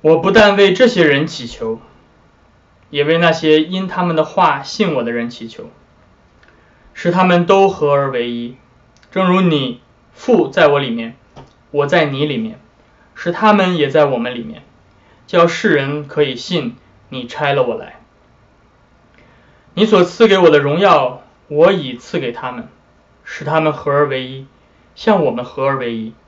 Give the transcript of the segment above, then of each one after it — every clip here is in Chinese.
我不但为这些人祈求，也为那些因他们的话信我的人祈求，使他们都合而为一，正如你父在我里面，我在你里面，使他们也在我们里面，叫世人可以信你差了我来。你所赐给我的荣耀，我已赐给他们，使他们合而为一，像我们合而为一。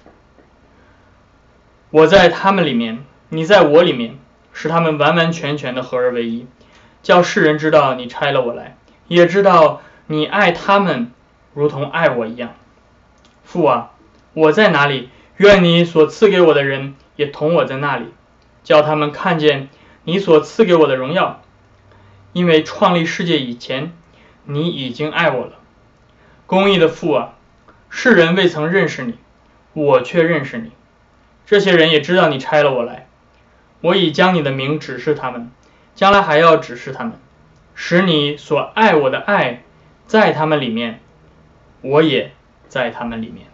我在他们里面，你在我里面，使他们完完全全的合而为一，叫世人知道你差了我来，也知道你爱他们如同爱我一样。父啊，我在哪里，愿你所赐给我的人也同我在那里，叫他们看见你所赐给我的荣耀。因为创立世界以前，你已经爱我了。公义的父啊，世人未曾认识你，我却认识你。这些人也知道你差了我来。我已将你的名指示他们，将来还要指示他们，使你所爱我的爱在他们里面，我也在他们里面。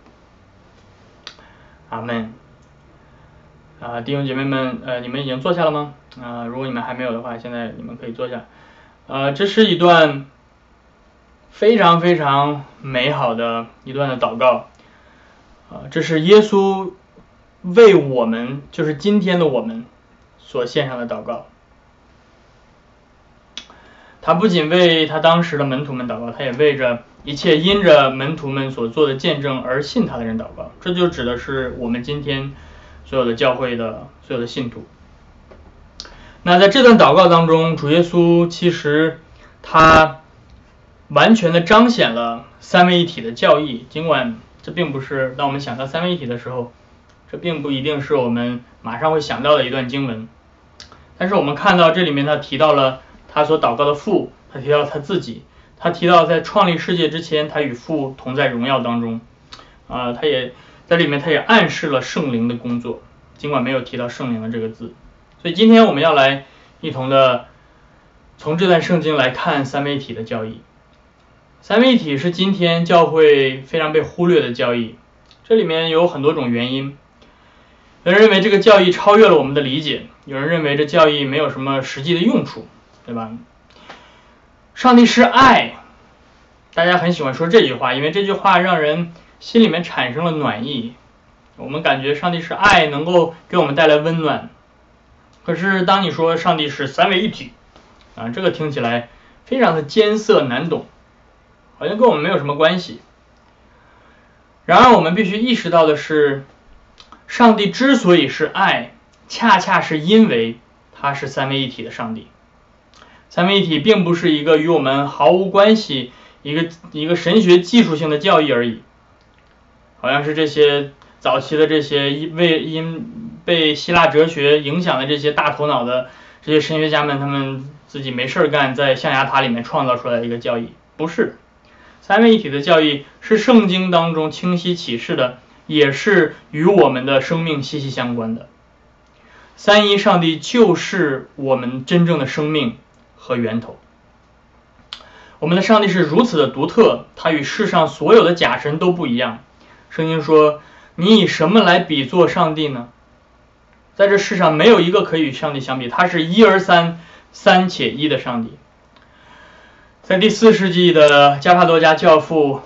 阿们。弟兄姐妹们，你们已经坐下了吗？如果你们还没有的话，现在你们可以坐下。这是一段非常非常美好的一段的祷告。这是耶稣为我们，就是今天的我们所献上的祷告。他不仅为他当时的门徒们祷告，他也为着一切因着门徒们所做的见证而信他的人祷告。这就指的是我们今天所有的教会的所有的信徒。那在这段祷告当中，主耶稣其实他完全的彰显了三位一体的教义，尽管这并不是当我们想到三位一体的时候，这并不一定是我们马上会想到的一段经文。但是我们看到这里面他提到了他所祷告的父，他提到他自己，他提到在创立世界之前他与父同在荣耀当中。他也在里面他也暗示了圣灵的工作，尽管没有提到圣灵的这个字。所以今天我们要来一同的从这段圣经来看三位一体的教义。三位一体是今天教会非常被忽略的教义，这里面有很多种原因。有人认为这个教义超越了我们的理解，有人认为这教义没有什么实际的用处，对吧？上帝是爱，大家很喜欢说这句话，因为这句话让人心里面产生了暖意。我们感觉上帝是爱，能够给我们带来温暖。可是当你说上帝是三位一体，这个听起来非常的艰涩难懂，好像跟我们没有什么关系。然而我们必须意识到的是，上帝之所以是爱，恰恰是因为他是三位一体的上帝。三位一体并不是一个与我们毫无关系，一个神学技术性的教义而已，好像是这些早期的这些因被希腊哲学影响的这些大头脑的这些神学家们，他们自己没事干，在象牙塔里面创造出来的一个教义。不是，三位一体的教义是圣经当中清晰启示的，也是与我们的生命息息相关的。三一上帝就是我们真正的生命和源头。我们的上帝是如此的独特，他与世上所有的假神都不一样。圣经说，你以什么来比作上帝呢？在这世上没有一个可以与上帝相比，他是一而三，三且一的上帝。在第4世纪的加帕多家教父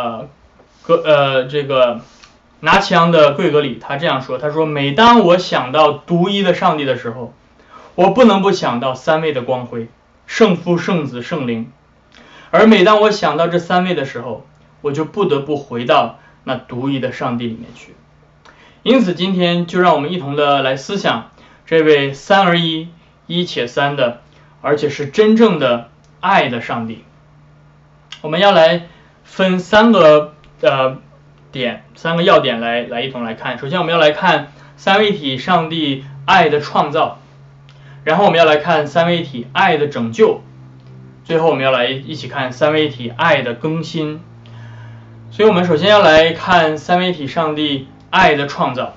这个拿强的贵格里，他这样说，他说，每当我想到独一的上帝的时候，我不能不想到三位的光辉，圣父、圣子、圣灵。而每当我想到这三位的时候，我就不得不回到那独一的上帝里面去。因此今天就让我们一同的来思想这位三而一，一且三的，而且是真正的爱的上帝。我们要来分三个要点来一同来看。首先我们要来看三位一体上帝爱的创造，然后我们要来看三位一体爱的拯救，最后我们要来一起看三位一体爱的更新。所以我们首先要来看三位一体上帝爱的创造。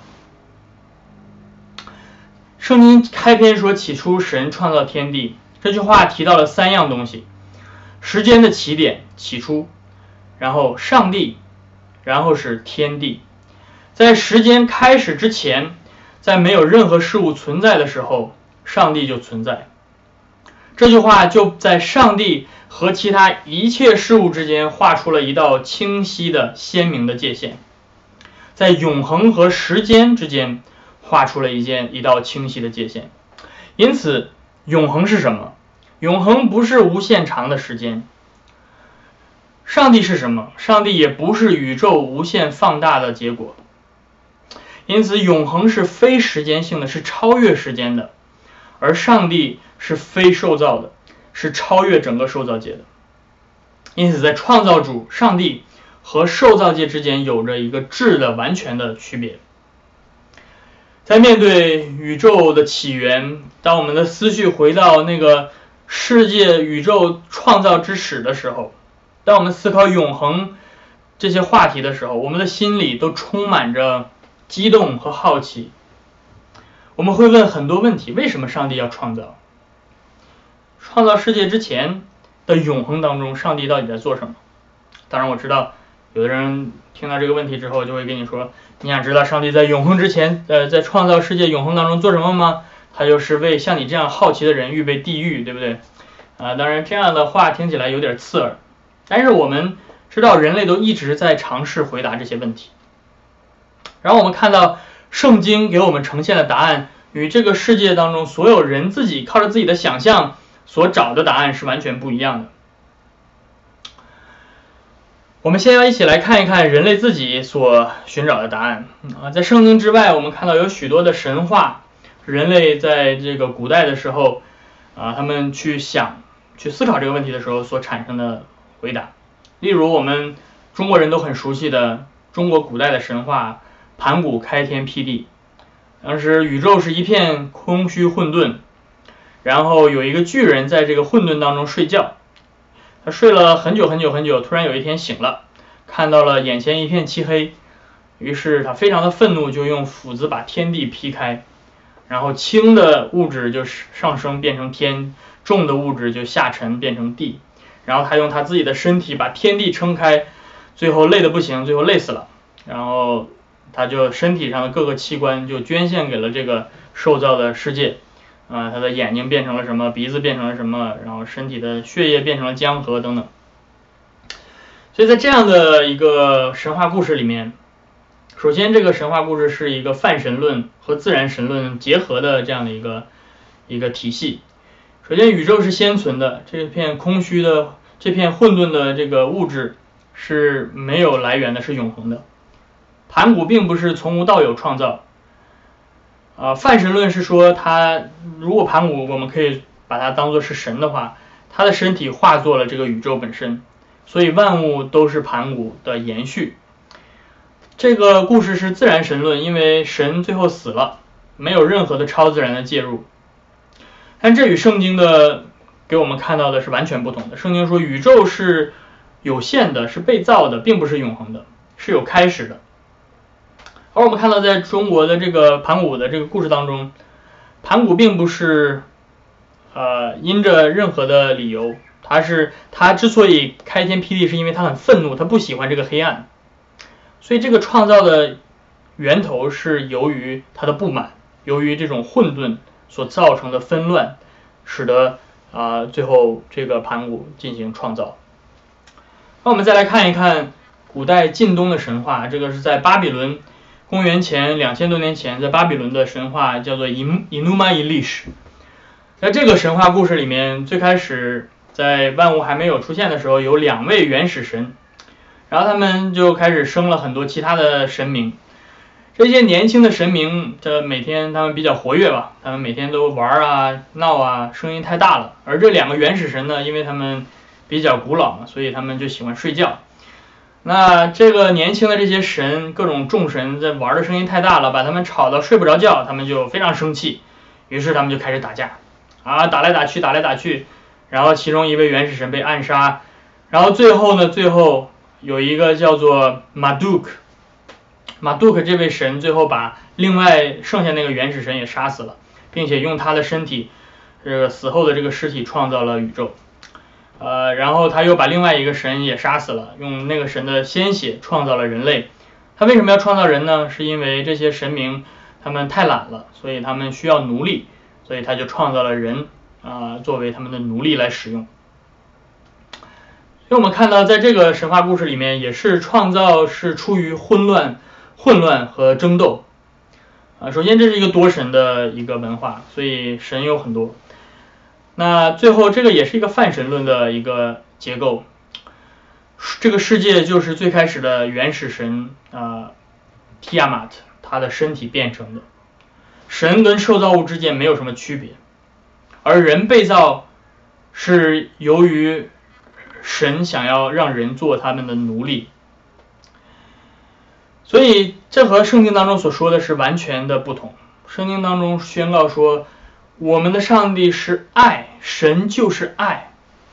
圣经开篇说，起初神创造天地，这句话提到了三样东西：时间的起点，起初，然后上帝，然后是天地。在时间开始之前， 在没有任何事物存在的时候，上帝就存在。这句话就在上帝和其他一切事物之间画出了一道清晰的鲜明的界限，在永恒和时间之间画出了一道清晰的界限。因此永恒是什么？永恒不是无限长的时间。上帝是什么？上帝也不是宇宙无限放大的结果。因此永恒是非时间性的，是超越时间的，而上帝是非受造的，是超越整个受造界的。因此在创造主上帝和受造界之间有着一个质的完全的区别。在面对宇宙的起源，当我们的思绪回到那个世界宇宙创造之始的时候，当我们思考永恒这些话题的时候，我们的心里都充满着激动和好奇。我们会问很多问题：为什么上帝要创造？创造世界之前的永恒当中，上帝到底在做什么？当然我知道有的人听到这个问题之后就会跟你说，你想知道上帝在永恒之前在创造世界永恒当中做什么吗？他就是为像你这样好奇的人预备地狱，对不对？当然这样的话听起来有点刺耳，但是我们知道人类都一直在尝试回答这些问题。然后我们看到圣经给我们呈现的答案与这个世界当中所有人自己靠着自己的想象所找的答案是完全不一样的。我们先要一起来看一看人类自己所寻找的答案在圣经之外，我们看到有许多的神话，人类在这个古代的时候他们去思考这个问题的时候所产生的回答。例如我们中国人都很熟悉的中国古代的神话，盘古开天辟地。当时宇宙是一片空虚混沌，然后有一个巨人在这个混沌当中睡觉，他睡了很久很久很久，突然有一天醒了，看到了眼前一片漆黑，于是他非常的愤怒，就用斧子把天地劈开，然后轻的物质就上升变成天，重的物质就下沉变成地，然后他用他自己的身体把天地撑开，最后累得不行，最后累死了，然后他就身体上的各个器官就捐献给了这个受造的世界他的眼睛变成了什么，鼻子变成了什么，然后身体的血液变成了江河等等。所以在这样的一个神话故事里面，首先这个神话故事是一个泛神论和自然神论结合的这样的一个体系。首先宇宙是先存的，这片空虚的这片混沌的这个物质是没有来源的，是永恒的。盘古并不是从无到有创造泛神论是说如果盘古我们可以把它当作是神的话，他的身体化作了这个宇宙本身，所以万物都是盘古的延续。这个故事是自然神论，因为神最后死了，没有任何的超自然的介入。但这与圣经的给我们看到的是完全不同的。圣经说宇宙是有限的，是被造的，并不是永恒的，是有开始的。而我们看到在中国的这个盘古的这个故事当中，盘古并不是因着任何的理由，他之所以开天辟地是因为他很愤怒，他不喜欢这个黑暗，所以这个创造的源头是由于他的不满，由于这种混沌所造成的纷乱，使得最后这个盘古进行创造。那我们再来看一看古代近东的神话，这个是在巴比伦公元前2000多年前，在巴比伦的神话叫做 Enuma Elish。 在这个神话故事里面，最开始在万物还没有出现的时候，有2位原始神，然后他们就开始生了很多其他的神明。这些年轻的神明每天他们比较活跃吧，他们每天都玩闹声音太大了。而这2个原始神呢，因为他们比较古老嘛，所以他们就喜欢睡觉。那这个年轻的这些神，各种众神在玩的声音太大了，把他们吵到睡不着觉，他们就非常生气，于是他们就开始打架打来打去，然后其中一位原始神被暗杀，然后最后有一个叫做马杜克这位神最后把另外剩下那个原始神也杀死了，并且用他的身体死后的这个尸体创造了宇宙。然后他又把另外一个神也杀死了，用那个神的鲜血创造了人类。他为什么要创造人呢？是因为这些神明他们太懒了，所以他们需要奴隶，所以他就创造了人作为他们的奴隶来使用。所以我们看到在这个神话故事里面，也是创造是出于混乱和争斗。首先这是一个多神的一个文化，所以神有很多。那最后这个也是一个泛神论的一个结构，这个世界就是最开始的原始神Tiamat 他的身体变成的，神跟受造物之间没有什么区别，而人被造是由于神想要让人做他们的奴隶，所以这和圣经当中所说的是完全的不同。圣经当中宣告说，我们的上帝是爱，神就是爱。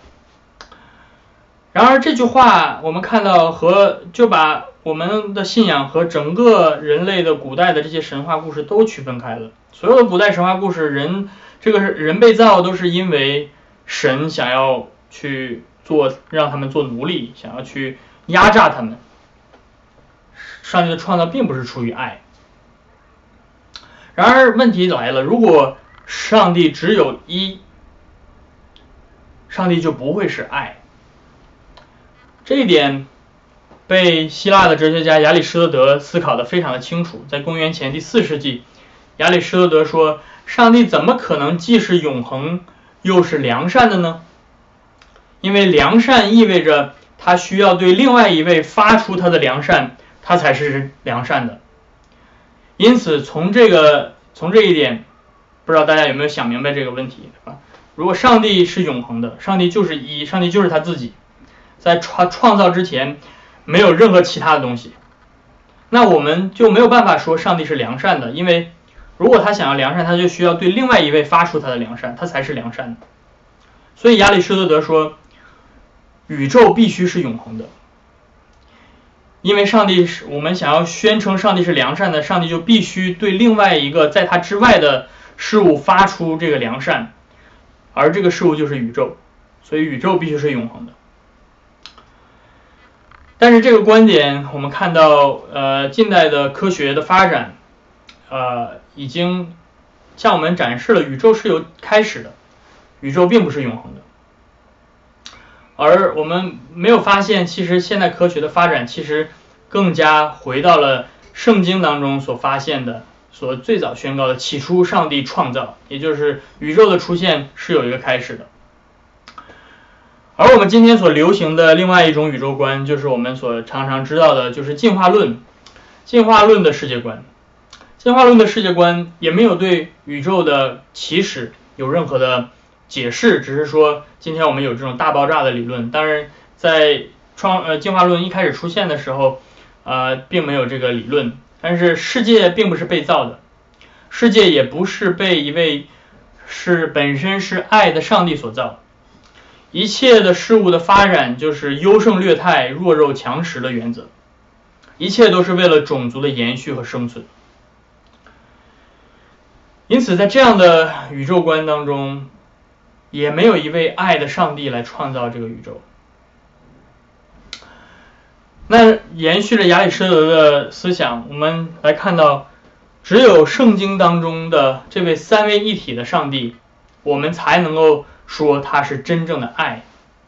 然而这句话我们看到就把我们的信仰和整个人类的古代的这些神话故事都区分开了。所有的古代神话故事，人被造都是因为神想要去让他们做奴隶，想要去压榨他们。上帝的创造并不是出于爱。然而问题来了，如果上帝只有一，上帝就不会是爱。这一点被希腊的哲学家亚里士多德思考得非常的清楚。在公元前第4世纪，亚里士多德说，上帝怎么可能既是永恒又是良善的呢？因为良善意味着他需要对另外一位发出他的良善，他才是良善的。因此从这一点，不知道大家有没有想明白这个问题，对吧？如果上帝是永恒的，上帝就是一，上帝就是他自己，在创造之前没有任何其他的东西，那我们就没有办法说上帝是良善的，因为如果他想要良善，他就需要对另外一位发出他的良善，他才是良善的。所以亚里士多德说，宇宙必须是永恒的，因为我们想要宣称上帝是良善的，上帝就必须对另外一个在他之外的事物发出这个良善，而这个事物就是宇宙，所以宇宙必须是永恒的。但是这个观点我们看到近代的科学的发展已经向我们展示了宇宙是有开始的，宇宙并不是永恒的。而我们没有发现，其实现代科学的发展其实更加回到了圣经当中所发现的，所最早宣告的起初上帝创造，也就是宇宙的出现是有一个开始的。而我们今天所流行的另外一种宇宙观，就是我们所常常知道的，就是进化论的世界观。进化论的世界观也没有对宇宙的起始有任何的解释，只是说今天我们有这种大爆炸的理论。当然在进化论一开始出现的时候并没有这个理论，但是世界并不是被造的，世界也不是被一位本身是爱的上帝所造，一切的事物的发展就是优胜劣汰、弱肉强食的原则，一切都是为了种族的延续和生存。因此在这样的宇宙观当中，也没有一位爱的上帝来创造这个宇宙。那延续了亚里士多德的思想，我们来看到只有圣经当中的这位三位一体的上帝，我们才能够说他是真正的爱。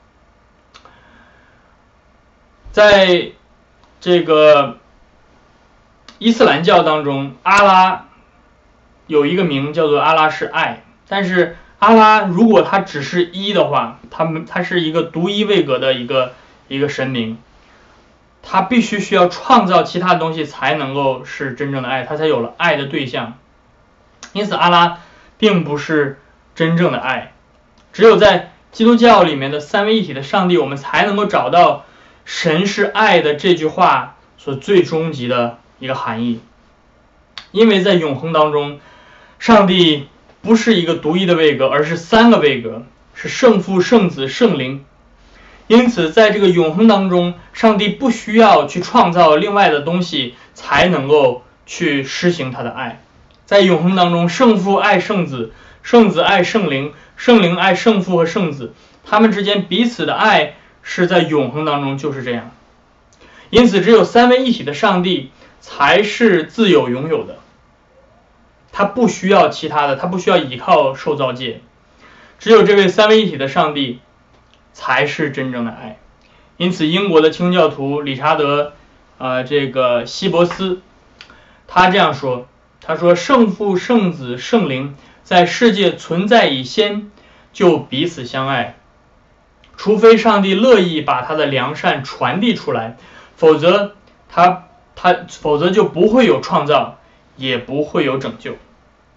在这个伊斯兰教当中，阿拉有一个名叫做阿拉是爱，但是阿拉如果他只是一的话，他是一个独一位格的一个神明，他必须需要创造其他东西才能够是真正的爱，他才有了爱的对象。因此阿拉并不是真正的爱，只有在基督教里面的三位一体的上帝，我们才能够找到神是爱的这句话所最终极的一个含义。因为在永恒当中，上帝不是一个独一的位格，而是三个位格，是圣父、圣子、圣灵。因此在这个永恒当中，上帝不需要去创造另外的东西才能够去施行他的爱。在永恒当中，圣父爱圣子，圣子爱圣灵，圣灵爱圣父和圣子，他们之间彼此的爱是在永恒当中就是这样。因此只有三位一体的上帝才是自有永有的。 他不需要其他的，他不需要依靠受造界，只有这位三位一体的上帝才是真正的爱。因此英国的清教徒理查德这个希伯斯他这样说，他说圣父圣子圣灵在世界存在以前就彼此相爱，除非上帝乐意把他的良善传递出来，否则就不会有创造，也不会有拯救。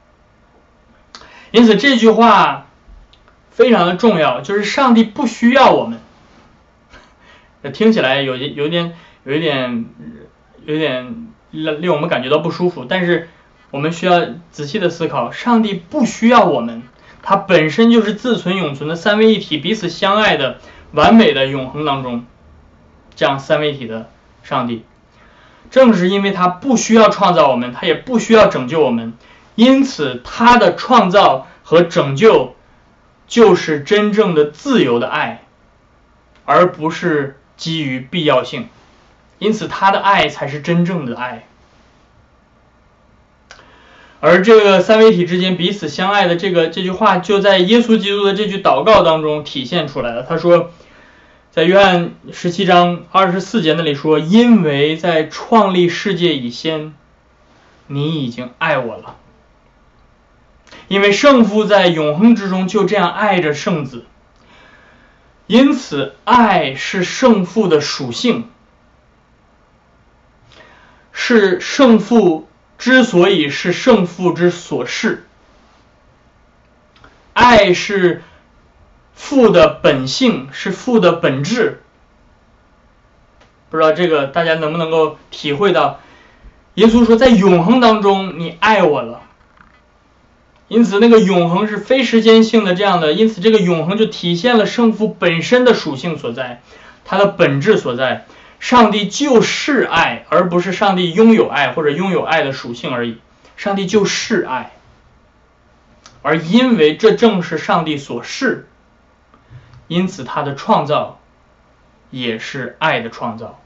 因此这句话非常的重要，就是上帝不需要我们。听起来有点令我们感觉到不舒服，但是我们需要仔细的思考，上帝不需要我们，他本身就是自存永存的三位一体，彼此相爱的完美的永恒当中，这样三位一体的上帝，正是因为他不需要创造我们，他也不需要拯救我们，因此他的创造和拯救就是真正的自由的爱，而不是基于必要性，因此他的爱才是真正的爱。而这个三位一体之间彼此相爱的这句话，就在耶稣基督的这句祷告当中体现出来了。他说，在约翰17章24节那里说，因为在创立世界以先，你已经爱我了。因为圣父在永恒之中就这样爱着圣子，因此爱是圣父的属性，是圣父之所以是圣父之所是，爱是父的本性，是父的本质。不知道这个大家能不能够体会到，耶稣说在永恒当中你爱我了，因此那个永恒是非时间性的这样的，因此这个永恒就体现了圣父本身的属性所在，他的本质所在。上帝就是爱，而不是上帝拥有爱或者拥有爱的属性而已，上帝就是爱。而因为这正是上帝所是，因此他的创造也是爱的创造。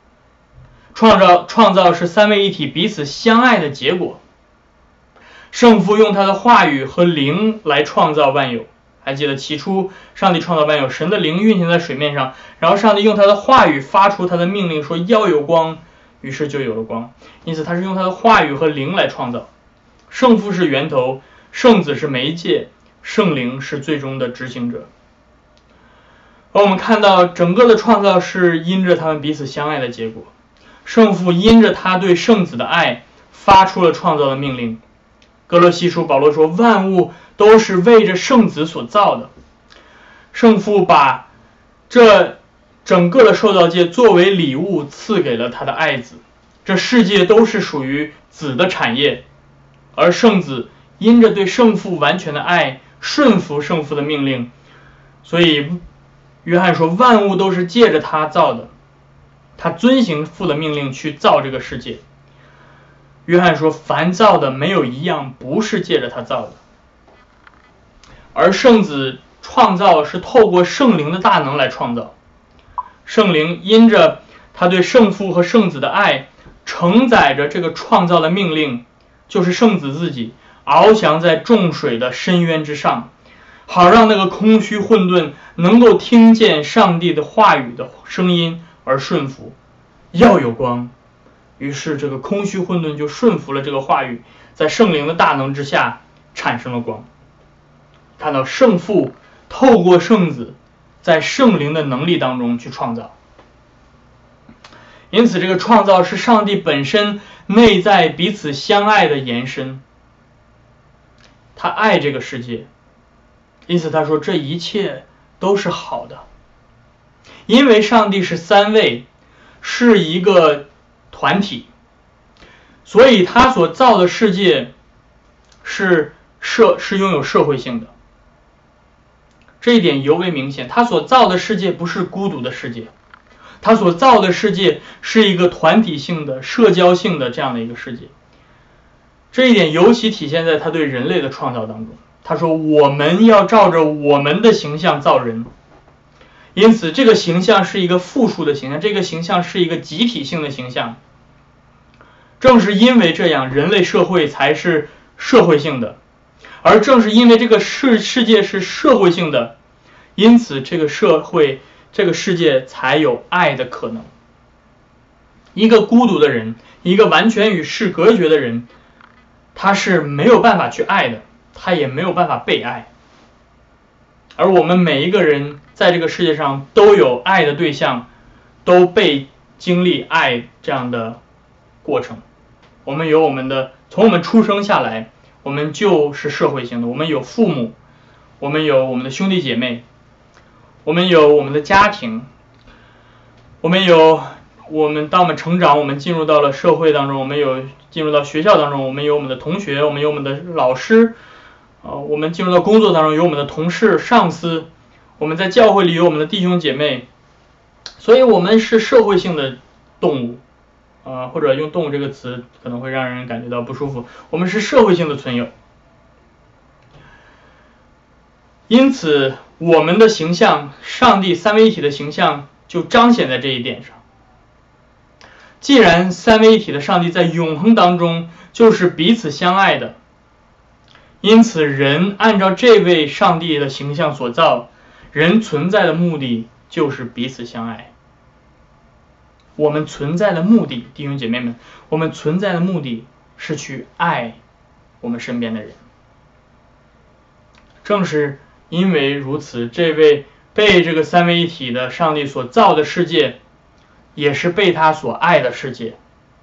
创造是三位一体彼此相爱的结果。圣父用他的话语和灵来创造万有，还记得起初上帝创造万有，神的灵运行在水面上，然后上帝用他的话语发出他的命令，说要有光，于是就有了光。因此他是用他的话语和灵来创造。圣父是源头，圣子是媒介，圣灵是最终的执行者。而我们看到整个的创造是因着他们彼此相爱的结果。圣父因着他对圣子的爱发出了创造的命令。哥罗西书保罗说，万物都是为着圣子所造的。圣父把这整个的受造界作为礼物赐给了他的爱子，这世界都是属于子的产业，而圣子因着对圣父完全的爱，顺服圣父的命令，所以约翰说万物都是借着他造的，他遵行父的命令去造这个世界。约翰说凡造的没有一样不是借着他造的。而圣子创造是透过圣灵的大能来创造，圣灵因着他对圣父和圣子的爱，承载着这个创造的命令，就是圣子自己翱翔在众水的深渊之上，好让那个空虚混沌能够听见上帝的话语的声音而顺服，要有光。于是这个空虚混沌就顺服了这个话语，在圣灵的大能之下产生了光。看到圣父透过圣子在圣灵的能力当中去创造，因此这个创造是上帝本身内在彼此相爱的延伸。他爱这个世界，因此他说这一切都是好的。因为上帝是三位，是一个团体，所以他所造的世界是拥有社会性的。这一点尤为明显，他所造的世界不是孤独的世界，他所造的世界是一个团体性的社交性的这样的一个世界。这一点尤其体现在他对人类的创造当中。他说我们要照着我们的形象造人，因此这个形象是一个复数的形象，这个形象是一个集体性的形象。正是因为这样，人类社会才是社会性的，而正是因为这个世界是社会性的，因此这个社会这个世界才有爱的可能。一个孤独的人，一个完全与世隔绝的人，他是没有办法去爱的，他也没有办法被爱。而我们每一个人在这个世界上都有爱的对象，都被经历爱这样的过程。我们有我们的，从我们出生下来，我们就是社会性的，我们有父母，我们有我们的兄弟姐妹，我们有我们的家庭，当我们成长，我们进入到了社会当中，我们有进入到学校当中，我们有我们的同学，我们有我们的老师，我们进入到工作当中，有我们的同事、上司，我们在教会里有我们的弟兄姐妹，所以我们是社会性的动物，或者用动物这个词可能会让人感觉到不舒服，我们是社会性的存有。因此我们的形象，上帝三位一体的形象就彰显在这一点上。既然三位一体的上帝在永恒当中就是彼此相爱的，因此人按照这位上帝的形象所造，人存在的目的就是彼此相爱。我们存在的目的，弟兄姐妹们，我们存在的目的是去爱我们身边的人。正是因为如此，这位被这个三位一体的上帝所造的世界，也是被他所爱的世界。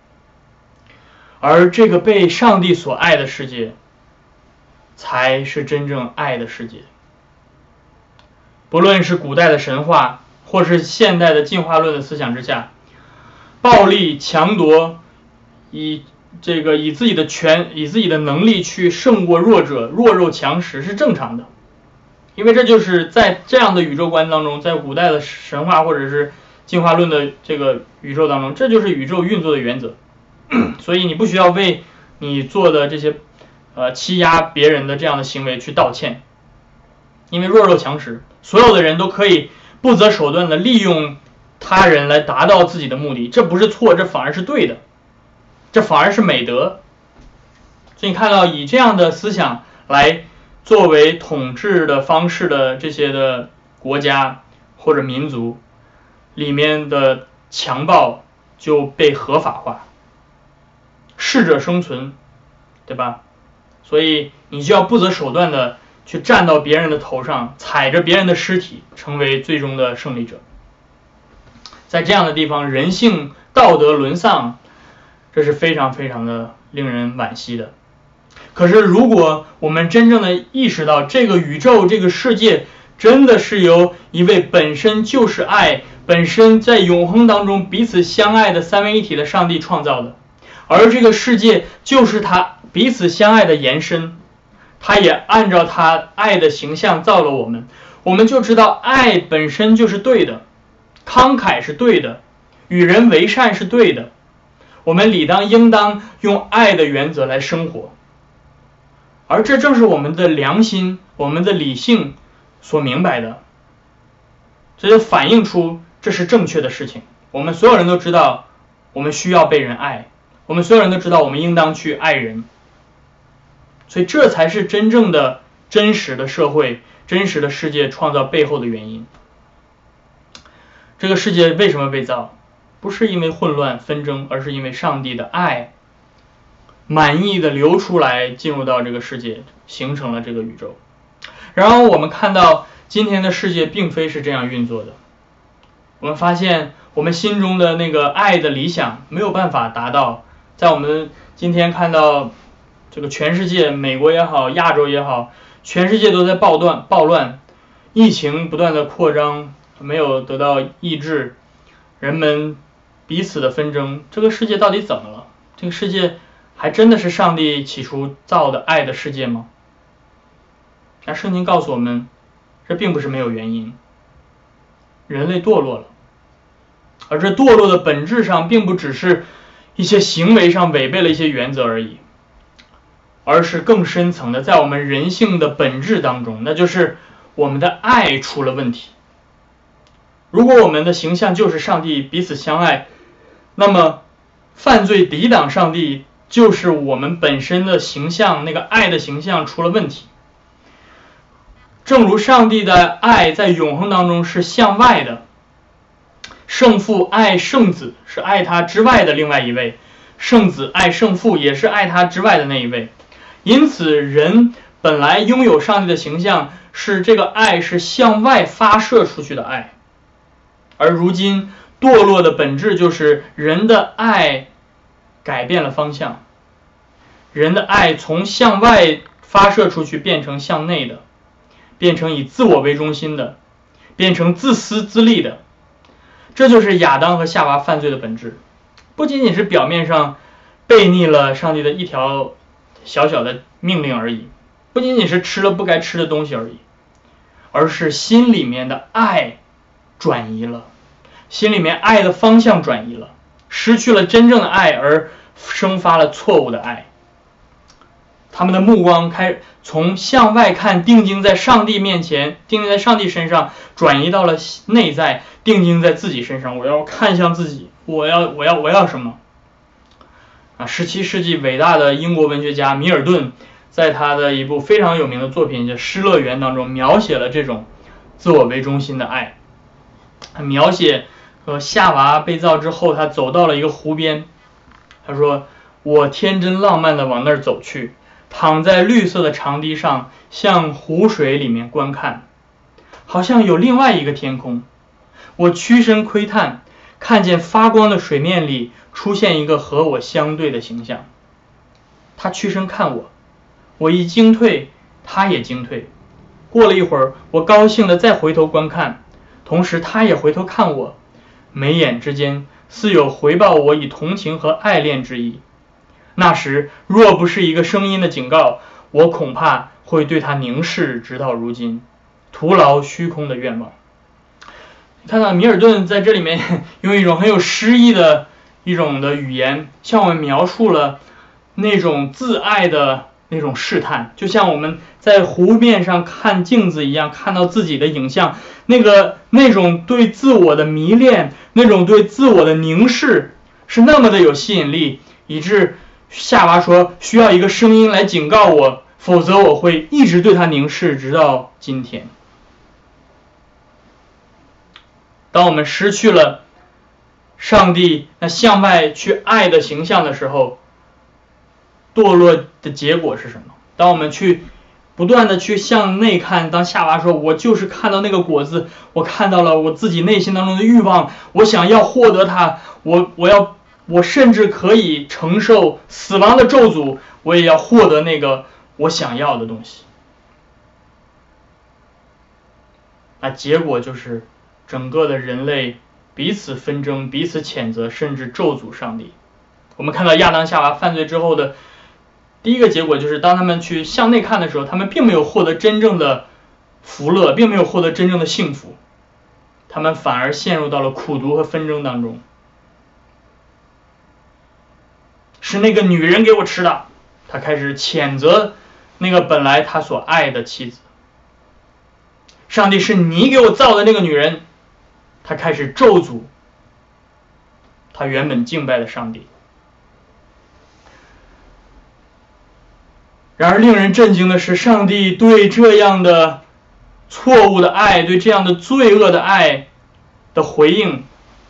而这个被上帝所爱的世界，才是真正爱的世界。不论是古代的神话，或是现代的进化论的思想之下，暴力强夺，以自己的能力去胜过弱者，弱肉强食是正常的。因为这就是在这样的宇宙观当中，在古代的神话或者是进化论的这个宇宙当中，这就是宇宙运作的原则。所以你不需要为你做的这些欺压别人的这样的行为去道歉，因为弱肉强食，所有的人都可以不择手段的利用他人来达到自己的目的，这不是错，这反而是对的，这反而是美德。所以你看到以这样的思想来作为统治的方式的这些的国家或者民族里面的强暴就被合法化，适者生存，对吧？所以你就要不择手段的去站到别人的头上，踩着别人的尸体，成为最终的胜利者。在这样的地方，人性道德沦丧，这是非常非常的令人惋惜的。可是如果我们真正的意识到这个宇宙这个世界真的是由一位本身就是爱，本身在永恒当中彼此相爱的三位一体的上帝创造的，而这个世界就是他彼此相爱的延伸，他也按照他爱的形象造了我们，我们就知道爱本身就是对的，慷慨是对的，与人为善是对的，我们应当用爱的原则来生活。而这正是我们的良心，我们的理性所明白的，这就反映出这是正确的事情。我们所有人都知道我们需要被人爱，我们所有人都知道我们应当去爱人，所以这才是真正的真实的社会，真实的世界创造背后的原因。这个世界为什么被造？不是因为混乱纷争，而是因为上帝的爱满意的流出来，进入到这个世界，形成了这个宇宙。然后我们看到今天的世界并非是这样运作的，我们发现我们心中的那个爱的理想没有办法达到。在我们今天看到这个全世界，美国也好，亚洲也好，全世界都在暴乱，疫情不断的扩张，没有得到抑制，人们彼此的纷争，这个世界到底怎么了？这个世界还真的是上帝起初造的爱的世界吗？那圣经告诉我们，这并不是没有原因，人类堕落了，而这堕落的本质上并不只是一些行为上违背了一些原则而已，而是更深层的，在我们人性的本质当中，那就是我们的爱出了问题。如果我们的形象就是上帝彼此相爱，那么犯罪抵挡上帝就是我们本身的形象，那个爱的形象出了问题。正如上帝的爱在永恒当中是向外的，圣父爱圣子是爱他之外的另外一位，圣子爱圣父也是爱他之外的那一位。因此人本来拥有上帝的形象，是这个爱是向外发射出去的爱，而如今堕落的本质就是人的爱改变了方向，人的爱从向外发射出去变成向内的，变成以自我为中心的，变成自私自利的。这就是亚当和夏娃犯罪的本质，不仅仅是表面上背逆了上帝的一条小小的命令而已，不仅仅是吃了不该吃的东西而已，而是心里面的爱转移了，心里面爱的方向转移了，失去了真正的爱，而生发了错误的爱。他们的目光从向外看，定睛在上帝面前，定睛在上帝身上，转移到了内在，定睛在自己身上。我要看向自己，我要什么？17世纪伟大的英国文学家米尔顿在他的一部非常有名的作品叫《失乐园》当中，描写了这种自我为中心的爱。他描写夏娃被造之后，他走到了一个湖边，他说：我天真浪漫地往那儿走去，躺在绿色的长堤上，向湖水里面观看，好像有另外一个天空。我屈身窥探，看见发光的水面里出现一个和我相对的形象。他屈身看我，我一惊退，他也惊退。过了一会儿，我高兴地再回头观看，同时他也回头看我，眉眼之间似有回报我以同情和爱恋之意。那时若不是一个声音的警告，我恐怕会对他凝视直到如今，徒劳虚空的愿望。看到米尔顿在这里面用一种很有诗意的一种的语言，向我们描述了那种自爱的那种试探，就像我们在湖面上看镜子一样，看到自己的影像，那种对自我的迷恋，那种对自我的凝视，是那么的有吸引力，以致夏娃说需要一个声音来警告我，否则我会一直对他凝视直到今天。当我们失去了上帝那向外去爱的形象的时候，堕落的结果是什么？当我们去不断的去向内看，当夏娃说我就是看到那个果子，我看到了我自己内心当中的欲望，我想要获得它，我甚至可以承受死亡的咒诅，我也要获得那个我想要的东西。那结果就是整个的人类彼此纷争，彼此谴责，甚至咒诅上帝。我们看到亚当夏娃犯罪之后的第一个结果，就是当他们去向内看的时候，他们并没有获得真正的福乐，并没有获得真正的幸福，他们反而陷入到了苦毒和纷争当中。是那个女人给我吃的，他开始谴责那个本来他所爱的妻子。上帝，是你给我造的那个女人，他开始咒诅他原本敬拜的上帝。然而令人震惊的是，上帝对这样的错误的爱，对这样的罪恶的爱的回应，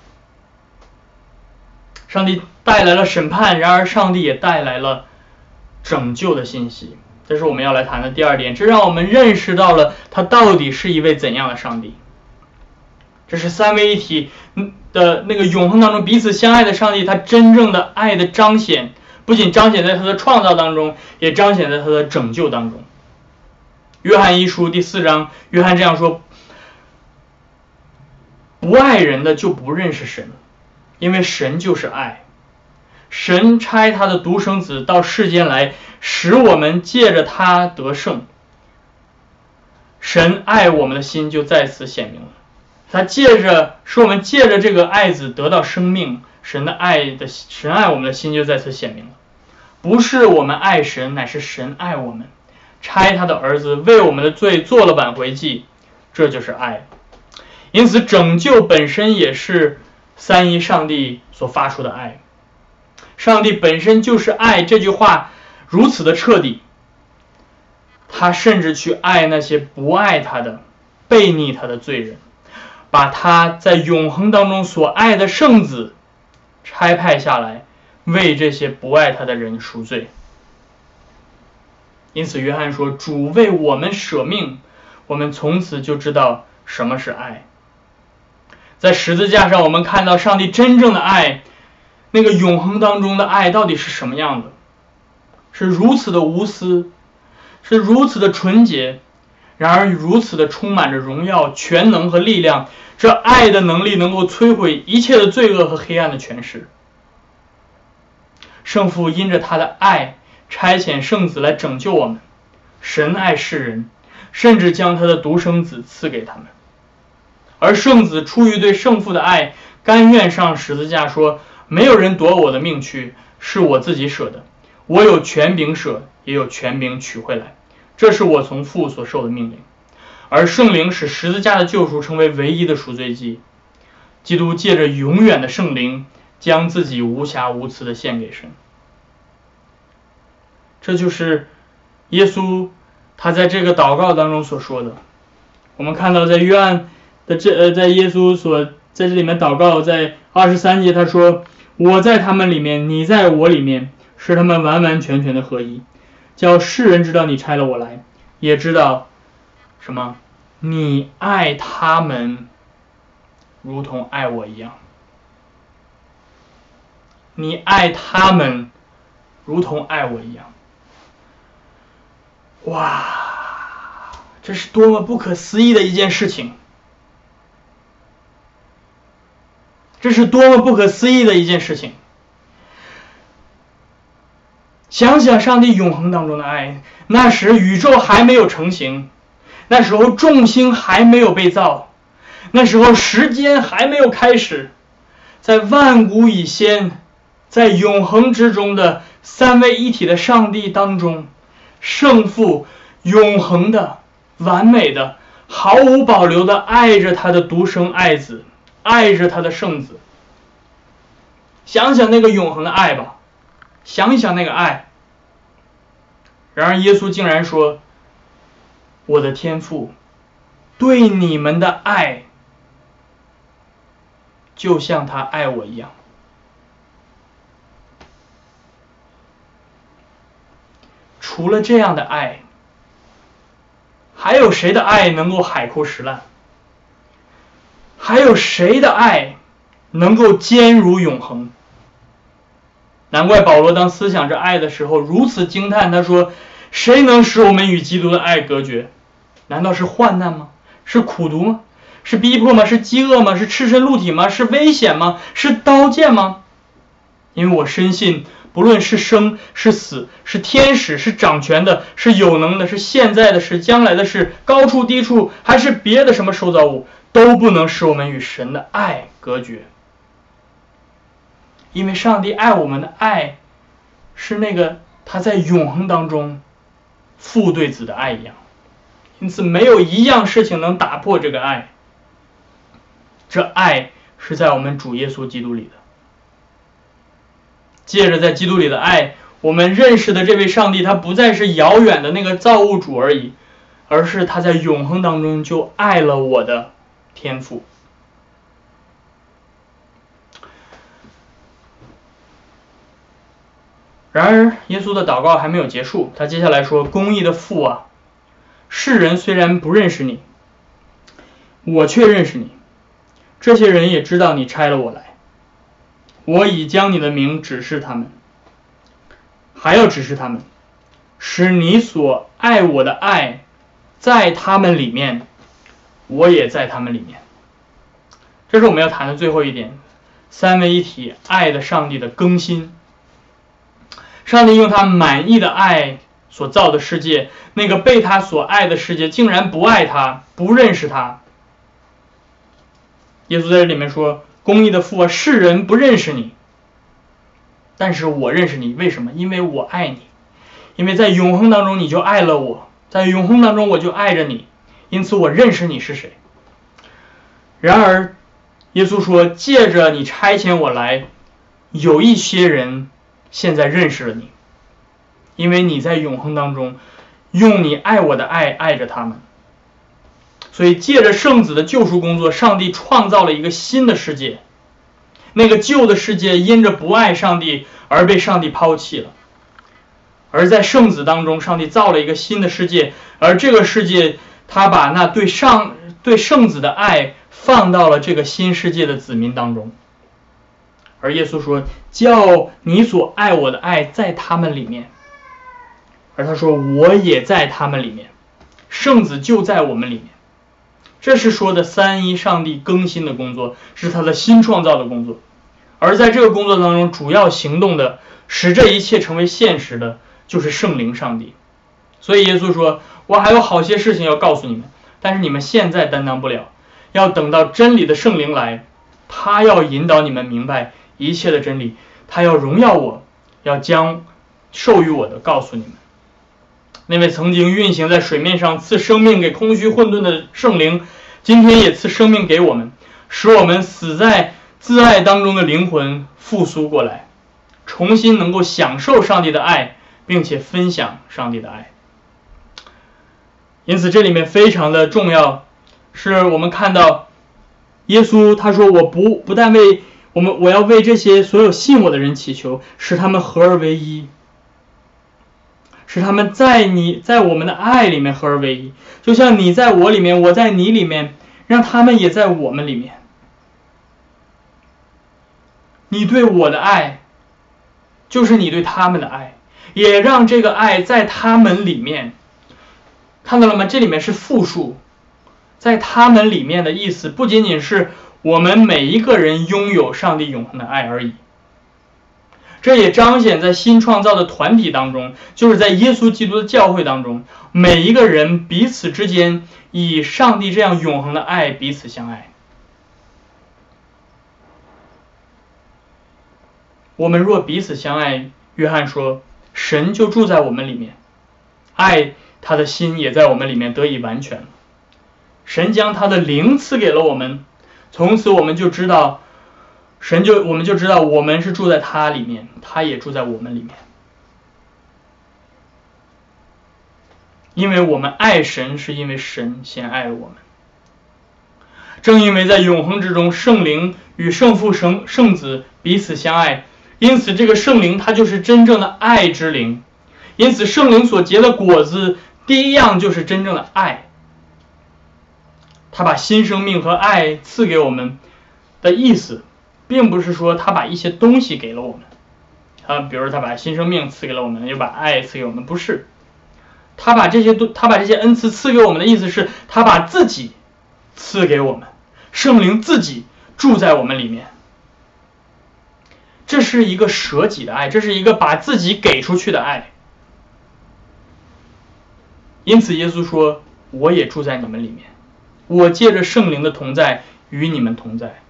上帝带来了审判，然而上帝也带来了拯救的信息。这是我们要来谈的第二点，这让我们认识到了他到底是一位怎样的上帝。这是三位一体的那个永恒当中彼此相爱的上帝，他真正的爱的彰显，不仅彰显在他的创造当中，也彰显在他的拯救当中。约翰一书第4章，约翰这样说：不爱人的就不认识神，因为神就是爱。神差他的独生子到世间来，使我们借着他得胜。神爱我们的心就在此显明了，使我们借着这个爱子得到生命。神爱我们的心就在此显明了，不是我们爱神，乃是神爱我们，差他的儿子为我们的罪做了挽回祭，这就是爱。因此拯救本身也是三一上帝所发出的爱。 上帝本身就是爱这句话如此的彻底，他甚至去爱那些不爱他的、背逆他的罪人，把他在永恒当中所爱的圣子差派下来，为这些不爱他的人赎罪。因此约翰说，主为我们舍命，我们从此就知道什么是爱。在十字架上，我们看到上帝真正的爱，那个永恒当中的爱到底是什么样的，是如此的无私，是如此的纯洁，然而如此的充满着荣耀、全能和力量。这爱的能力能够摧毁一切的罪恶和黑暗的权势。圣父因着他的爱差遣圣子来拯救我们，神爱世人，甚至将他的独生子赐给他们。而圣子出于对圣父的爱，甘愿上十字架说，没有人夺我的命去，是我自己舍的，我有权柄舍，也有权柄取回来，这是我从父所受的命令。而圣灵使十字架的救赎成为唯一的赎罪祭，基督借着永远的圣灵将自己无瑕无疵地献给神。这就是耶稣他在这个祷告当中所说的。我们看到在约翰的在耶稣所在这里面祷告，在23节他说，我在他们里面，你在我里面，使他们完完全全的合一，叫世人知道你差了我来，也知道什么？你爱他们如同爱我一样。你爱他们如同爱我一样。哇，这是多么不可思议的一件事情！这是多么不可思议的一件事情！想想上帝永恒当中的爱，那时宇宙还没有成型，那时候众星还没有被造，那时候时间还没有开始，在万古以先，在永恒之中的三位一体的上帝当中，圣父永恒的、完美的、毫无保留的爱着他的独生爱子，爱着他的圣子。想想那个永恒的爱吧，想一想那个爱。然而耶稣竟然说，我的天父对你们的爱就像他爱我一样。除了这样的爱，还有谁的爱能够海枯石烂？还有谁的爱能够坚如永恒？难怪保罗当思想着爱的时候如此惊叹，他说，谁能使我们与基督的爱隔绝？难道是患难吗？是苦毒吗？是逼迫吗？是饥饿吗？是赤身露体吗？是危险吗？是刀剑吗？因为我深信，不论是生是死，是天使，是掌权的，是有能的，是现在的，是将来的，是高处低处，还是别的什么受造物，都不能使我们与神的爱隔绝。因为上帝爱我们的爱，是那个他在永恒当中父对子的爱一样，因此没有一样事情能打破这个爱。这爱是在我们主耶稣基督里的。借着在基督里的爱，我们认识的这位上帝，他不再是遥远的那个造物主而已，而是他在永恒当中就爱了我的天父。然而耶稣的祷告还没有结束，他接下来说，公义的父啊，世人虽然不认识你，我却认识你，这些人也知道你差了我来，我已将你的名指示他们，还要指示他们，使你所爱我的爱在他们里面，我也在他们里面。这是我们要谈的最后一点，三位一体爱的上帝的更新。上帝用他满意的爱所造的世界，那个被他所爱的世界竟然不爱他，不认识他。耶稣在这里面说，公义的父啊，世人不认识你，但是我认识你。为什么？因为我爱你，因为在永恒当中你就爱了我，在永恒当中我就爱着你，因此我认识你是谁。然而耶稣说，借着你差遣我来， 有一些人现在认识了你，因为你在永恒当中用你爱我的爱爱着他们。所以借着圣子的救赎工作，上帝创造了一个新的世界，那个旧的世界因着不爱上帝而被上帝抛弃了。而在圣子当中，上帝造了一个新的世界，而这个世界他把那对圣子的爱放到了这个新世界的子民当中。而耶稣说，叫你所爱我的爱在他们里面，而他说我也在他们里面，圣子就在我们里面。这是说的三一上帝更新的工作，是他的新创造的工作。而在这个工作当中，主要行动的使这一切成为现实的就是圣灵上帝。所以耶稣说，我还有好些事情要告诉你们，但是你们现在担当不了，要等到真理的圣灵来，他要引导你们明白一切的真理，他要荣耀我，要将授予我的告诉你们。那位曾经运行在水面上赐生命给空虚混沌的圣灵，今天也赐生命给我们，使我们死在自爱当中的灵魂复苏过来，重新能够享受上帝的爱，并且分享上帝的爱。因此这里面非常的重要，是我们看到耶稣他说，我不但为我要为这些所有信我的人祈求，使他们合而为一，使他们在我们的爱里面合而为一，就像你在我里面，我在你里面，让他们也在我们里面。你对我的爱就是你对他们的爱，也让这个爱在他们里面。看到了吗？这里面是复数，在他们里面的意思不仅仅是我们每一个人拥有上帝永恒的爱而已，这也彰显在新创造的团体当中，就是在耶稣基督的教会当中，每一个人彼此之间以上帝这样永恒的爱彼此相爱。我们若彼此相爱，约翰说，神就住在我们里面，爱他的心也在我们里面得以完全。神将他的灵赐给了我们，从此我们就知道我们就知道我们是住在他里面，他也住在我们里面。因为我们爱神，是因为神先爱了我们。正因为在永恒之中，圣灵与圣父圣子彼此相爱，因此这个圣灵它就是真正的爱之灵。因此圣灵所结的果子，第一样就是真正的爱。他把新生命和爱赐给我们的意思，并不是说他把一些东西给了我们，比如他把新生命赐给了我们，又把爱赐给我们，不是。他把这些恩赐赐给我们的意思是，他把自己赐给我们，圣灵自己住在我们里面。这是一个舍己的爱，这是一个把自己给出去的爱。因此耶稣说，我也住在你们里面，我借着圣灵的同在与你们同在。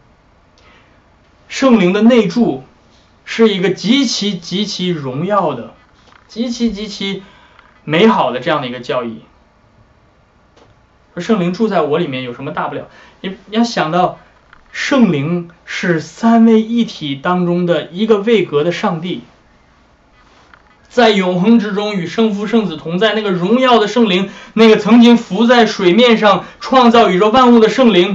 圣灵的内住是一个极其荣耀的、极其美好的这样的一个教义。说圣灵住在我里面有什么大不了？你要想到圣灵是三位一体当中的一个位格的上帝，在永恒之中与圣父圣子同在，那个荣耀的圣灵，那个曾经浮在水面上创造宇宙万物的圣灵，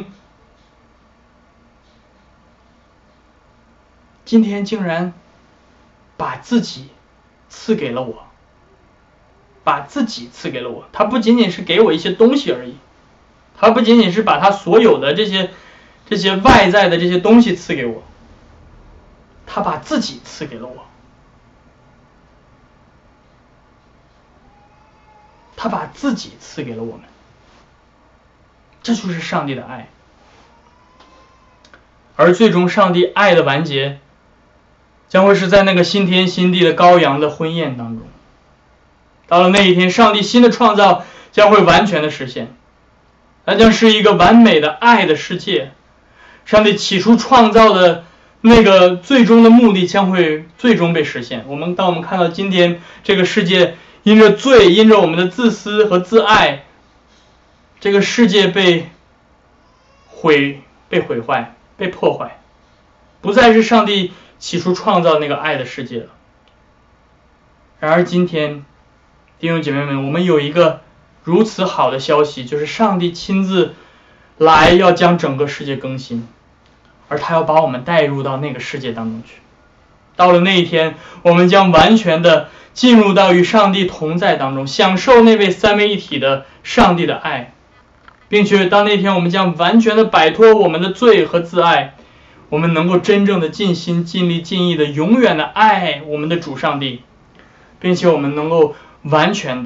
今天竟然把自己赐给了我，把自己赐给了我。他不仅仅是给我一些东西而已，他不仅仅是把他所有的这些外在的这些东西赐给我，他把自己赐给了我，他把自己赐给了我们。这就是上帝的爱。而最终上帝爱的完结将会是在那个新天新地的羔羊的婚宴当中。到了那一天，上帝新的创造将会完全的实现，那将是一个完美的爱的世界。上帝起初创造的那个最终的目的将会最终被实现。当我们看到今天这个世界因着罪，因着我们的自私和自爱，这个世界被毁坏，被破坏，不再是上帝起初创造那个爱的世界了。然而今天，弟兄姐妹们，我们有一个如此好的消息，就是上帝亲自来要将整个世界更新，而他要把我们带入到那个世界当中去。到了那一天，我们将完全的进入到与上帝同在当中，享受那位三位一体的上帝的爱，并且当那天我们将完全的摆脱我们的罪和自爱，我们能够真正的尽心尽力尽意的永远的爱我们的主上帝，并且我们能够完全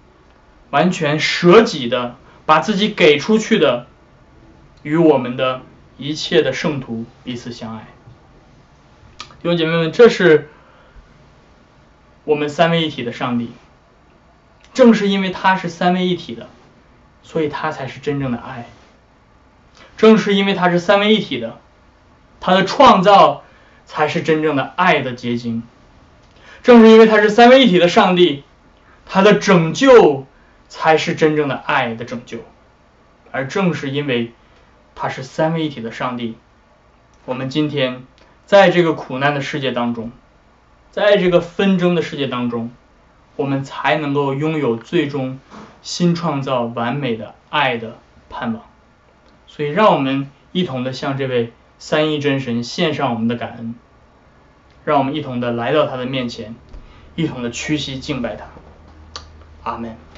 舍己的把自己给出去的与我们的一切的圣徒彼此相爱。弟兄姐妹们，这是我们三位一体的上帝，正是因为他是三位一体的，所以他才是真正的爱。正是因为他是三位一体的，他的创造才是真正的爱的结晶。正是因为他是三位一体的上帝，他的拯救才是真正的爱的拯救。而正是因为他是三位一体的上帝，我们今天在这个苦难的世界当中，在这个纷争的世界当中，我们才能够拥有最终新创造完美的爱的盼望。所以让我们一同的向这位三一真神献上我们的感恩，让我们一同的来到他的面前，一同的屈膝敬拜他。阿们。